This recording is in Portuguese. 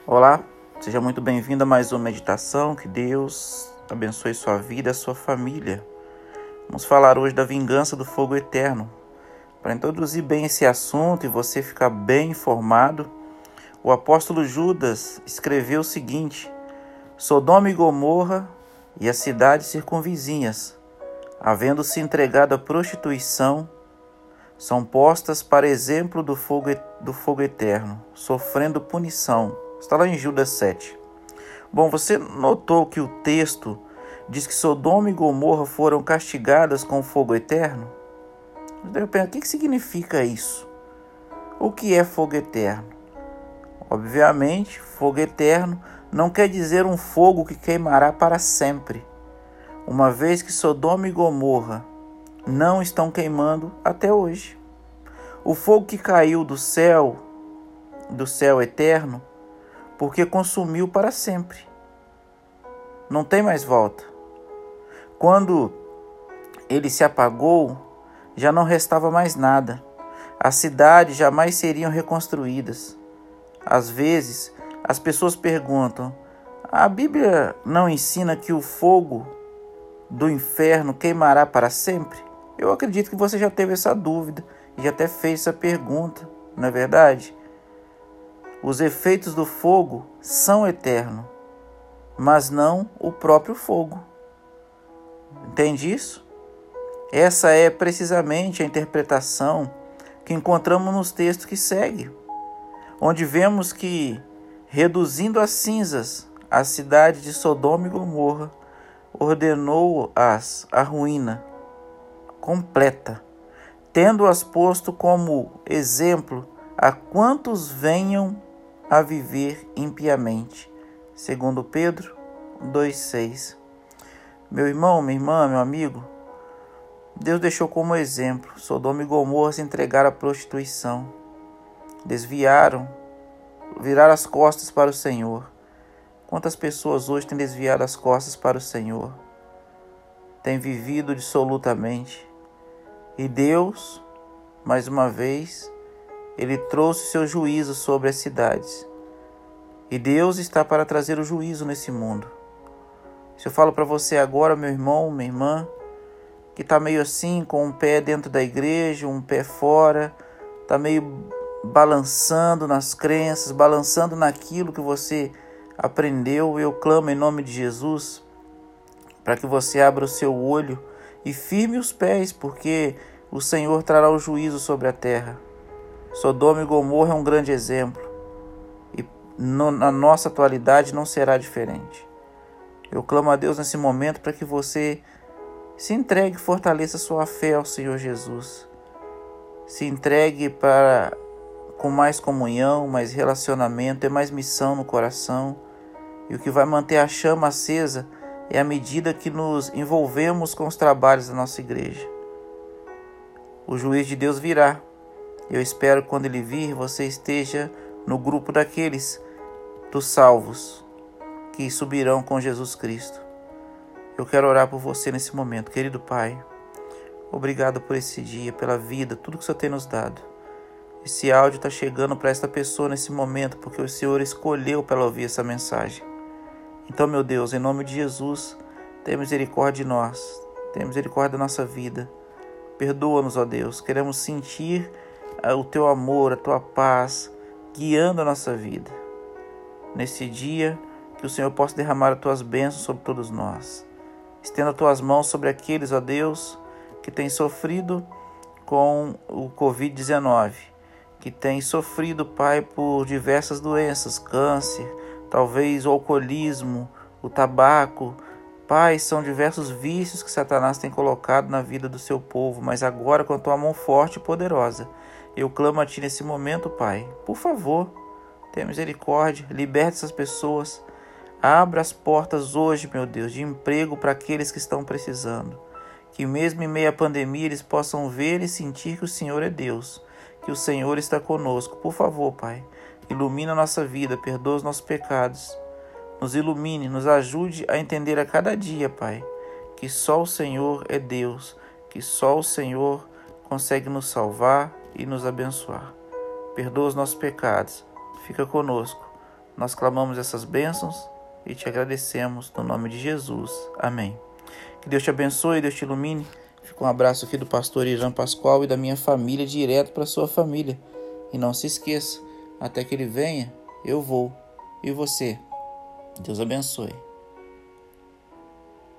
Olá, seja muito bem-vindo a mais uma meditação. Que Deus abençoe sua vida e a sua família. Vamos falar hoje da vingança do fogo eterno. Para introduzir bem esse assunto e você ficar bem informado, o apóstolo Judas escreveu o seguinte: Sodoma e Gomorra e as cidades circunvizinhas, havendo-se entregado à prostituição, são postas para exemplo do fogo eterno, sofrendo punição. Está lá em Judas 7. Bom, você notou que o texto diz que Sodoma e Gomorra foram castigadas com o fogo eterno? Deve pensar, o que significa isso? O que é fogo eterno? Obviamente, fogo eterno não quer dizer um fogo que queimará para sempre, uma vez que Sodoma e Gomorra não estão queimando até hoje. O fogo que caiu do céu eterno, porque consumiu para sempre. Não tem mais volta. Quando ele se apagou, já não restava mais nada. As cidades jamais seriam reconstruídas. Às vezes, as pessoas perguntam: a Bíblia não ensina que o fogo do inferno queimará para sempre? Eu acredito que você já teve essa dúvida e já até fez essa pergunta, não é verdade? Os efeitos do fogo são eternos, mas não o próprio fogo. Entende isso? Essa é precisamente a interpretação que encontramos nos textos que seguem, onde vemos que, reduzindo a cinzas a cidade de Sodoma e Gomorra, ordenou-as à ruína completa, tendo-as posto como exemplo a quantos venham a viver impiamente. Segundo Pedro 2,6. Meu irmão, minha irmã, meu amigo, Deus deixou como exemplo: Sodoma e Gomorra se entregaram à prostituição, viraram as costas para o Senhor. Quantas pessoas hoje têm desviado as costas para o Senhor? Têm vivido dissolutamente. E Deus, mais uma vez, Ele trouxe seu juízo sobre as cidades. E Deus está para trazer o juízo nesse mundo. Se eu falo para você agora, meu irmão, minha irmã, que está meio assim, com um pé dentro da igreja, um pé fora, está meio balançando nas crenças, balançando naquilo que você aprendeu, eu clamo em nome de Jesus para que você abra o seu olho e firme os pés, porque o Senhor trará o juízo sobre a terra. Sodoma e Gomorra é um grande exemplo, e na nossa atualidade não será diferente. Eu clamo a Deus nesse momento para que você se entregue e fortaleça sua fé ao Senhor Jesus. Se entregue com mais comunhão, mais relacionamento, mais missão no coração. E o que vai manter a chama acesa é a medida que nos envolvemos com os trabalhos da nossa igreja. O juiz de Deus virá. Eu espero que quando ele vir, você esteja no grupo daqueles dos salvos que subirão com Jesus Cristo. Eu quero orar por você nesse momento. Querido Pai, obrigado por esse dia, pela vida, tudo que o Senhor tem nos dado. Esse áudio está chegando para esta pessoa nesse momento, porque o Senhor escolheu para ela ouvir essa mensagem. Então, meu Deus, em nome de Jesus, tenha misericórdia de nós, tenha misericórdia da nossa vida. Perdoa-nos, ó Deus. Queremos sentir o Teu amor, a Tua paz, guiando a nossa vida. Nesse dia, que o Senhor possa derramar as Tuas bênçãos sobre todos nós. Estenda as Tuas mãos sobre aqueles, ó Deus, que têm sofrido com o Covid-19, que têm sofrido, Pai, por diversas doenças, câncer, talvez o alcoolismo, o tabaco. Pai, são diversos vícios que Satanás tem colocado na vida do seu povo, mas agora com a Tua mão forte e poderosa, eu clamo a Ti nesse momento, Pai. Por favor, tenha misericórdia, liberte essas pessoas. Abra as portas hoje, meu Deus, de emprego para aqueles que estão precisando. Que mesmo em meio à pandemia eles possam ver e sentir que o Senhor é Deus, que o Senhor está conosco. Por favor, Pai, ilumina a nossa vida, perdoa os nossos pecados. Nos ilumine, nos ajude a entender a cada dia, Pai, que só o Senhor é Deus, que só o Senhor consegue nos salvar e nos abençoar. Perdoa os nossos pecados. Fica conosco. Nós clamamos essas bênçãos e te agradecemos no nome de Jesus. Amém. Que Deus te abençoe, Deus te ilumine. Fica um abraço aqui do pastor Irã Pascoal e da minha família direto para a sua família. E não se esqueça, até que ele venha, eu vou. E você? Deus abençoe.